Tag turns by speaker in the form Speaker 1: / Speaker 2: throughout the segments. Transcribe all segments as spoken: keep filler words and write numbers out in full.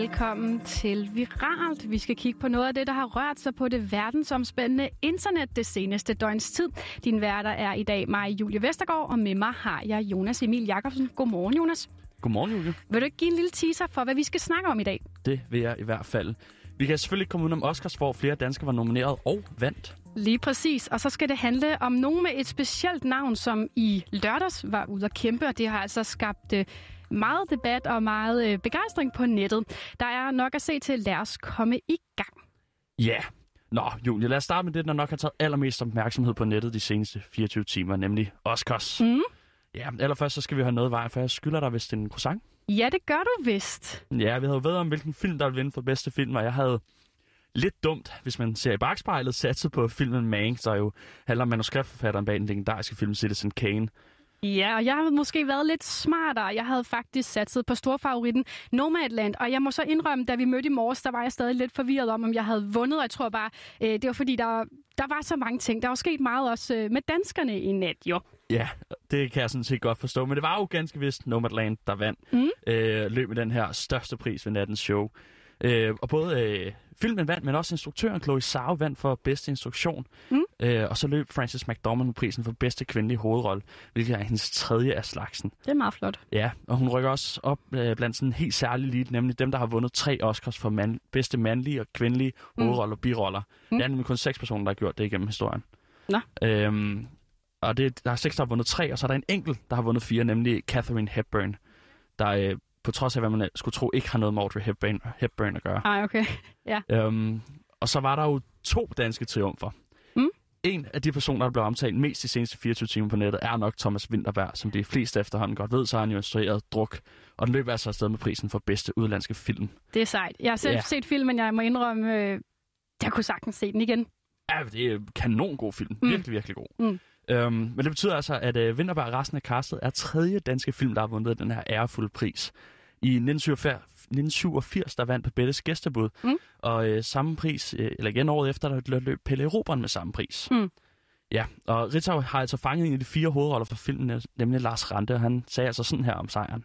Speaker 1: velkommen til Viralt. Vi skal kigge på noget af det, der har rørt sig på det verdensomspændende internet det seneste døgns tid. Din værter er i dag mig, Julie Vestergaard, og med mig har jeg Jonas Emil Jakobsen. Godmorgen, Jonas.
Speaker 2: Godmorgen, Julie.
Speaker 1: Vil du ikke give en lille teaser for, hvad vi skal snakke om i dag?
Speaker 2: Det vil jeg i hvert fald. Vi kan selvfølgelig ikke komme udenom Oscars, hvor flere danskere var nomineret og vandt.
Speaker 1: Lige præcis, og så skal det handle om nogen med et specielt navn, som i lørdags var ude at kæmpe, og det har altså skabt øh, meget debat og meget øh, begejstring på nettet. Der er nok at se til. Lad os komme i gang.
Speaker 2: Ja. Yeah. Nå, Julie, lad os starte med det, der nok har taget allermest opmærksomhed på nettet de seneste fireogtyve timer, nemlig Oscars.
Speaker 1: Mm.
Speaker 2: Ja, allerførst så skal vi have noget vej, for jeg skylder dig vist en croissant.
Speaker 1: Ja, det gør du vist.
Speaker 2: Ja, vi havde jo ved om, hvilken film, der ville vinde for bedste film, og jeg havde lidt dumt, hvis man ser i bagspejlet, satset på filmen Mank, der jo handler om manuskriptforfatteren bag den legendariske film Citizen Kane.
Speaker 1: Ja, og jeg havde måske været lidt smartere. Jeg havde faktisk satset på storfavoritten Nomadland, og jeg må så indrømme, da vi mødte i morges, der var jeg stadig lidt forvirret om, om jeg havde vundet, og jeg tror bare, øh, det var fordi, der, der var så mange ting. Der var sket meget også øh, med danskerne i nat, jo.
Speaker 2: Ja, det kan jeg sådan set godt forstå, men det var jo ganske vist Nomadland, der vandt. Mm. Øh, løb med den her største pris ved nattens show. Øh, og både øh, filmen vandt, men også instruktøren Chloe Zhao vandt for bedste instruktion. Mm. Øh, og så løb Frances McDormand med prisen for bedste kvindelige hovedrolle, hvilket er hendes tredje af slagsen.
Speaker 1: Det er meget flot.
Speaker 2: Ja, og hun rykker også op øh, blandt sådan en helt særlig elite, nemlig dem, der har vundet tre Oscars for man- bedste mandlige og kvindelige mm. hovedroller og biroller. Mm. Det er nemlig kun seks personer, der har gjort det igennem historien.
Speaker 1: Nå.
Speaker 2: Øhm, og det, der er seks, der har vundet tre, og så er der en enkelt, der har vundet fire, nemlig Katharine Hepburn, der øh, på trods af, hvad man skulle tro, ikke har noget med Audrey Hepburn, Hepburn at gøre.
Speaker 1: Ej, okay. Ja.
Speaker 2: Øhm, og så var der jo to danske triumfer. Mm. En af de personer, der blev omtalt mest de seneste fireogtyve timer på nettet, er nok Thomas Vinterberg, som de fleste efterhånden godt ved, så har han jo instrueret Druk. Og den løb altså afsted med prisen for bedste udenlandske film.
Speaker 1: Det er sejt. Jeg har selv ja. set filmen, jeg må indrømme, øh, jeg kunne sagtens se den igen.
Speaker 2: Ja, det er en kanon god film. Mm. Virkelig, virkelig god. Mm. Øhm, men det betyder altså, at øh, Vinterberg og resten af castet er tredje danske film, der har vundet den her ærefulde pris. I nitten syvogfirs, der vandt Babettes gæstebud, mm. og øh, samme pris, øh, eller igen året efter, der løb Pelle Erobreren med samme pris. Mm. Ja, og Ritzau har altså fanget en af de fire hovedroller for filmen, nemlig Lars Ranthe, og han sagde altså sådan her om sejren.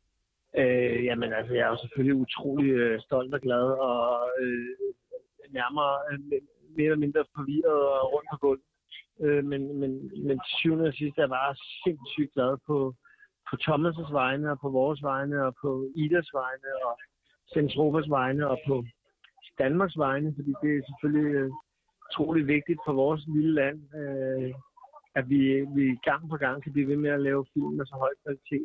Speaker 3: Øh, jamen altså, jeg er jo selvfølgelig utrolig øh, stolt og glad, og øh, nærmere øh, mere eller mindre forvirret og rundt på gulvet. Øh, men, men, men til syvende og sidst er jeg bare sindssygt glad på på Thomas' vegne, og på vores vegne, og på Idas vegne, og Centropas vegne, og på Danmarks vegne, fordi det er selvfølgelig øh, utrolig vigtigt for vores lille land, øh, at vi, vi gang på gang kan blive ved med at lave film med så høj kvalitet.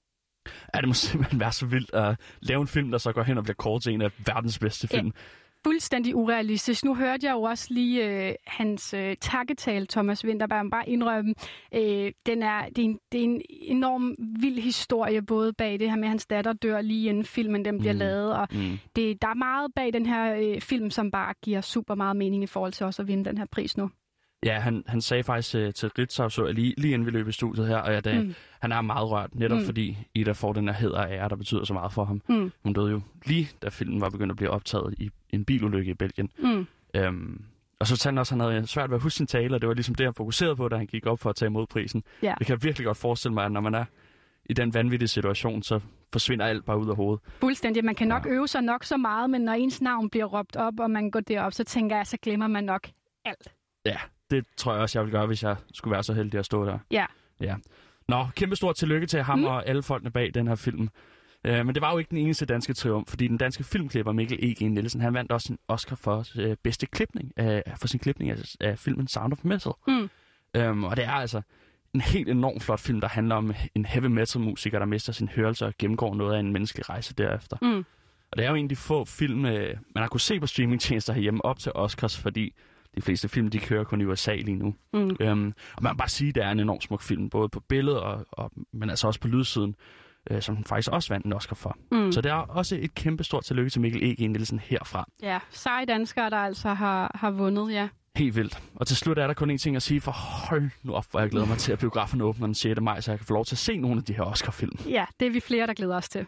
Speaker 2: Ja, det må simpelthen være så vildt at lave en film, der så går hen og bliver kåret til en af verdens bedste film. Ja.
Speaker 1: Fuldstændig urealistisk. Nu hørte jeg jo også lige øh, hans øh, takketale, Thomas Vinterberg, bare indrømme. Øh, den er, det, er en, det er en enorm vild historie, både bag det her med, at hans datter dør lige inden filmen den bliver mm. lavet. Og mm. det, der er meget bag den her øh, film, som bare giver super meget mening i forhold til også at vinde den her pris nu. Ja,
Speaker 2: han, han sagde faktisk uh, til Ritzau, så lige, lige inden vi løb i studiet her, at uh, mm. han er meget rørt, netop mm. fordi Ida får den her hæder og ære, der betyder så meget for ham. Mm. Hun døde jo lige, da filmen var begyndt at blive optaget i en bilulykke i Belgien. Mm. Um, og så sagde han også, at han havde svært ved at huske sin tale, og det var ligesom det, han fokuserede på, da han gik op for at tage imod prisen. Yeah. Det kan jeg virkelig godt forestille mig, at når man er i den vanvittige situation, så forsvinder alt bare ud af hovedet.
Speaker 1: Fuldstændig. Man kan nok ja. øve sig nok så meget, men når ens navn bliver råbt op, og man går derop, så tænker jeg, så glemmer man nok alt.
Speaker 2: Ja, det tror jeg også, jeg ville gøre, hvis jeg skulle være så heldig at stå der.
Speaker 1: Ja.
Speaker 2: Ja. Nå, kæmpe stort tillykke til ham mm. og alle folkene bag den her film. Uh, men det var jo ikke den eneste danske triumf, fordi den danske filmklipper Mikkel E G Nielsen, han vandt også en Oscar for uh, bedste klipning, uh, for sin klipning af, af filmen Sound of Metal. Mm. Um, og det er altså en helt enormt flot film, der handler om en heavy metal musiker, der mister sin hørelse og gennemgår noget af en menneskelig rejse derefter. Mm. Og det er jo en af de få film, uh, man har kunnet se på streamingtjenester herhjemme op til Oscars, fordi de fleste film, de kører kun i U S A lige nu. Mm. Um, og man kan bare sige, at det er en enormt smuk film, både på billedet, og, og, men altså også på lydsiden, uh, som han faktisk også vandt en Oscar for. Mm. Så det er også et kæmpe stort tillykke til Mikkel E G Nielsen herfra.
Speaker 1: Ja, seje danskere, der altså har, har vundet, ja.
Speaker 2: Helt vildt. Og til slut er der kun en ting at sige, for hold nu op, hvor jeg glæder mig til, at biografen åbner den sjette maj, så jeg kan få lov til at se nogle af de her Oscar-film.
Speaker 1: Ja, det er vi flere, der glæder os til.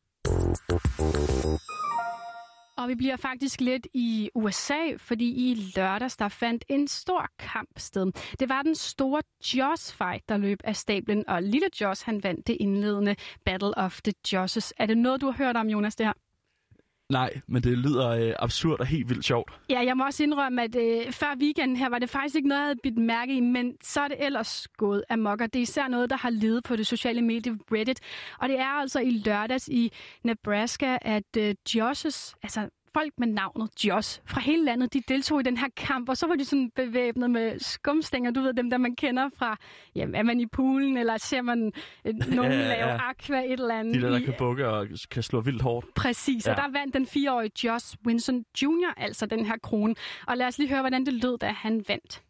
Speaker 1: Og vi bliver faktisk lidt i U S A, fordi i lørdags der fandt en stor kamp sted. Det var den store Joss-fight, der løb af stablen, og lille Joss han vandt det indledende Battle of the Josses. Er det noget, du har hørt om, Jonas, det her?
Speaker 2: Nej, men det lyder øh, absurd og helt vildt sjovt.
Speaker 1: Ja, jeg må også indrømme, at øh, før weekenden her var det faktisk ikke noget, jeg havde bidt mærke i, men så er det ellers gået amok, og det er især noget, der har ledet på det sociale medie Reddit. Og det er altså i lørdags i Nebraska, at øh, Josh's, altså folk med navnet Josh fra hele landet, de deltog i den her kamp, og så var de sådan bevæbnet med skumstænger, du ved dem, der man kender fra, jamen er man i poolen, eller ser man øh, nogen ja, ja, ja. lave aqua, et eller andet.
Speaker 2: De der, der
Speaker 1: i,
Speaker 2: kan bukke og kan slå vildt hårdt.
Speaker 1: Præcis, ja. Og der vandt den fireårige Josh Winson junior altså den her krone. Og lad os lige høre, hvordan det lød, da han vandt.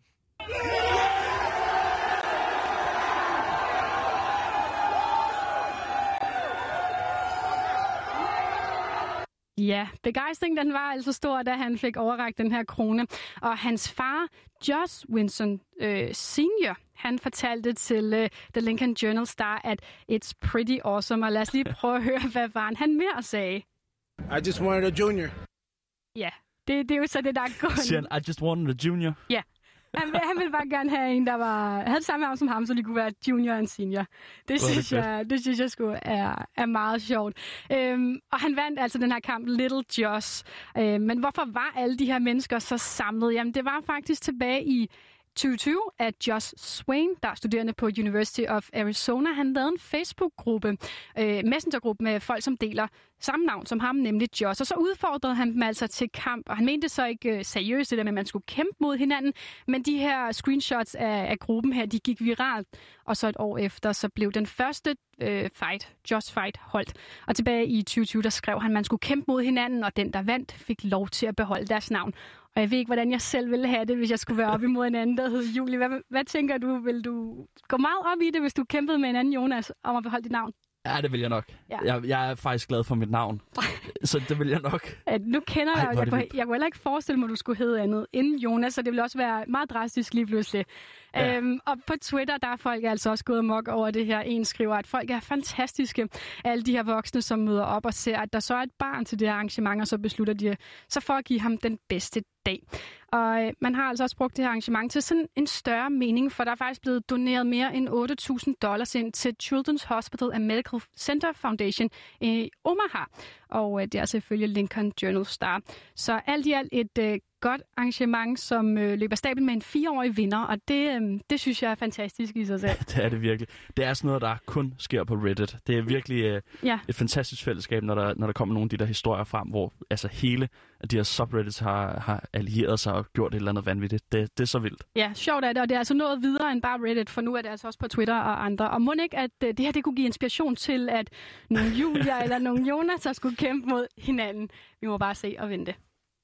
Speaker 1: Ja, begejstringen den var altså stor, da han fik overrakt den her krone. Og hans far, Josh Winson øh, senior, han fortalte til øh, The Lincoln Journal Star, at it's pretty awesome. Og lad os lige prøve at høre, hvad faren han mere sagde.
Speaker 4: I just wanted a junior.
Speaker 1: Ja, det, det er jo så det, der er gået.
Speaker 2: Siger han, I just wanted a junior?
Speaker 1: Ja. Han, han ville bare gerne have en, der var, havde det samme navn som ham, så de kunne være junior og senior. Det synes, det jeg, det synes jeg sgu er, er meget sjovt. Øhm, og han vandt altså den her kamp, Little Josh. Øhm, men hvorfor var alle de her mennesker så samlet? Jamen, det var faktisk tilbage i tyve tyve, at Josh Swain, der er studerende på University of Arizona, han lavede en Facebook-gruppe, øh, messengergruppe med folk, som deler samme navn som ham, nemlig Josh. Og så udfordrede han dem altså til kamp, og han mente så ikke øh, seriøst, det der med, at man skulle kæmpe mod hinanden, men de her screenshots af, af gruppen her, de gik viralt, og så et år efter, så blev den første øh, fight, Josh fight, holdt. Og tilbage i tyve tyve, der skrev han, at man skulle kæmpe mod hinanden, og den, der vandt, fik lov til at beholde deres navn. Og jeg ved ikke, hvordan jeg selv ville have det, hvis jeg skulle være op imod en anden, der hed Julie. Hvad, hvad tænker du? Vil du gå meget op i det, hvis du kæmpede med en anden Jonas om at beholde dit navn?
Speaker 2: Ja, det vil jeg nok.
Speaker 1: Ja.
Speaker 2: Jeg, jeg er faktisk glad for mit navn, så det vil jeg nok.
Speaker 1: At nu kender jeg, jeg, kunne, jeg kunne heller ikke forestille mig, at du skulle hedde andet end Jonas, så det ville også være meget drastisk lige pludselig. Ja. Øhm, og på Twitter, der er folk altså også gået amok over det her. En skriver, at folk er fantastiske. Alle de her voksne, som møder op og ser, at der så er et barn til det her arrangement, og så beslutter de så for at give ham den bedste dag. Og øh, man har altså også brugt det her arrangement til sådan en større mening, for der er faktisk blevet doneret mere end otte tusind dollars ind til Children's Hospital and Medical Center Foundation i Omaha. Og øh, det er altså ifølge Lincoln Journal Star. Så alt i alt et øh, godt arrangement, som øh, løber stablen med en fireårig vinder, og det, øh, det synes jeg er fantastisk i sig selv.
Speaker 2: Det er det virkelig. Det er sådan noget, der kun sker på Reddit. Det er virkelig øh, ja. et fantastisk fællesskab, når der, når der kommer nogle af de der historier frem, hvor altså hele de her subreddits har, har allieret sig og gjort et eller andet vanvittigt. Det, det er så vildt.
Speaker 1: Ja, sjovt er det, og det er altså noget videre end bare Reddit, for nu er det altså også på Twitter og andre. Og må ikke, at øh, det her det kunne give inspiration til, at nogle Julia eller nogle Jonas der skulle kæmpe mod hinanden. Vi må bare se og vente.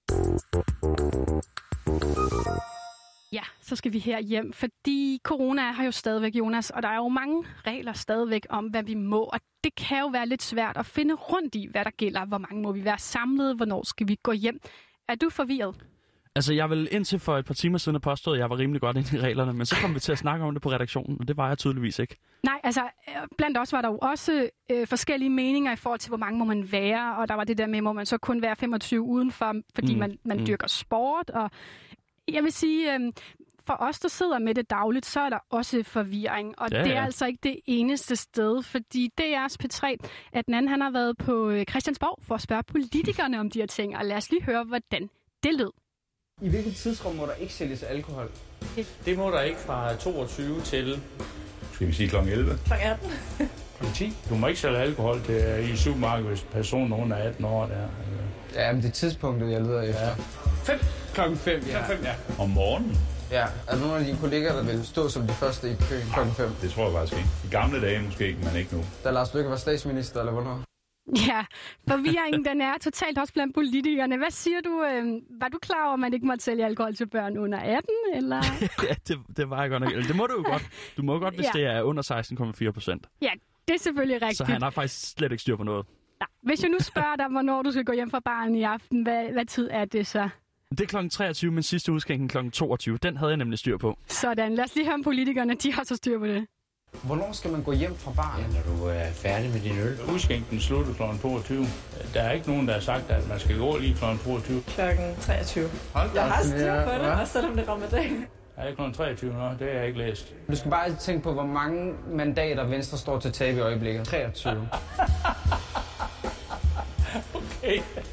Speaker 1: Ja, så skal vi her hjem, fordi corona er her jo stadigvæk, Jonas, og der er jo mange regler stadigvæk om, hvad vi må, og det kan jo være lidt svært at finde rundt i, hvad der gælder. Hvor mange må vi være samlet? Hvornår skal vi gå hjem? Er du forvirret?
Speaker 2: Altså, jeg vil indtil for et par timer siden have påstået, at jeg var rimelig godt inde i reglerne, men så kom vi til at snakke om det på redaktionen, og det var jeg tydeligvis ikke. Nej,
Speaker 1: altså, blandt os var der jo også øh, forskellige meninger i forhold til, hvor mange må man være, og der var det der med, må man så kun være femogtyve udenfor, fordi mm. man, man dyrker sport, og jeg vil sige, øh, for os, der sidder med det dagligt, så er der også forvirring, og ja, det er ja. altså ikke det eneste sted, fordi D R's P tre, at den anden, han har været på Christiansborg for at spørge politikerne om de her ting, og lad os lige høre, hvordan det lød.
Speaker 5: I hvilket tidsrum må der ikke sælges alkohol?
Speaker 6: Det må der ikke fra toogtyve til...
Speaker 7: Skal vi sige klokken elleve?
Speaker 6: klokken atten. klokken ti. Du må ikke sælge alkohol til, i supermarkedet, hvis personen under atten år der.
Speaker 5: Ja, men det er tidspunktet, jeg leder efter.
Speaker 6: Ja. Fem.
Speaker 5: klokken fem, ja.
Speaker 6: klokken fem, ja.
Speaker 7: Om morgenen?
Speaker 5: Ja, er der nogle af dine kolleger, der vil stå som de første i køen klokken fem?
Speaker 7: Det tror jeg faktisk ikke. I gamle dage måske ikke, men ikke nu.
Speaker 5: Da Lars Løkke var statsminister, eller hvornår?
Speaker 1: Ja, forvirringen den er totalt også blandt politikerne. Hvad siger du? Øh, var du klar over, at man ikke måtte sælge alkohol til børn under atten? Eller?
Speaker 2: Ja, det, det var jeg godt nok. Det må du jo godt. Du må godt, hvis ja. det er under seksten komma fire procent.
Speaker 1: Ja, det er selvfølgelig rigtigt.
Speaker 2: Så han har faktisk slet ikke styr på noget.
Speaker 1: Ja. Hvis jeg nu spørger dig, hvornår du skal gå hjem fra baren i aften, hvad, hvad tid er det så?
Speaker 2: Det er klokken treogtyve, men sidste udskænken klokken toogtyve. Den havde jeg nemlig styr på.
Speaker 1: Sådan, lad os lige høre om politikerne. De har så styr på det.
Speaker 5: Hvornår skal man gå hjem fra baren?
Speaker 6: Ja, når du er færdig med din øl. Udskænken slutter klokken toogtyve. Der er ikke nogen, der har sagt, at man skal gå lige klokken toogtyve.
Speaker 8: klokken treogtyve.
Speaker 6: Hold da.
Speaker 8: Jeg har styr på det, også selvom det er ramadan.
Speaker 6: Er det klokken treogtyve nu? Det har jeg ikke læst.
Speaker 5: Du skal bare tænke på, hvor mange mandater Venstre står til tab i øjeblikket. treogtyve.
Speaker 6: Okay.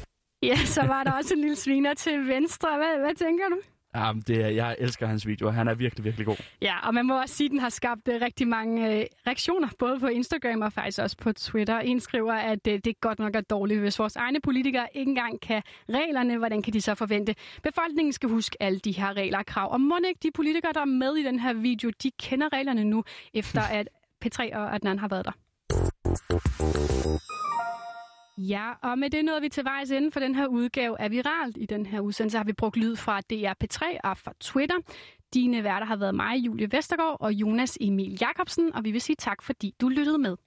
Speaker 1: Ja, så var der også en lille sviner til venstre. Hvad, hvad tænker du?
Speaker 2: Jamen, det er, jeg elsker hans videoer. Han er virkelig, virkelig god.
Speaker 1: Ja, og man må også sige, at den har skabt uh, rigtig mange uh, reaktioner, både på Instagram og faktisk også på Twitter. En skriver, at uh, det godt nok er dårligt, hvis vores egne politikere ikke engang kan reglerne. Hvordan kan de så forvente? Befolkningen skal huske alle de her regler og krav. Og må ikke de politikere, der er med i den her video, de kender reglerne nu, efter at P tre og Adnan har været der. Ja, og med det nåede vi til vejs ende for den her udgave af Viralt. I den her udsendelse har vi brugt lyd fra D R P tre og fra Twitter. Dine værter har været mig, Julie Vestergaard og Jonas Emil Jacobsen, og vi vil sige tak, fordi du lyttede med.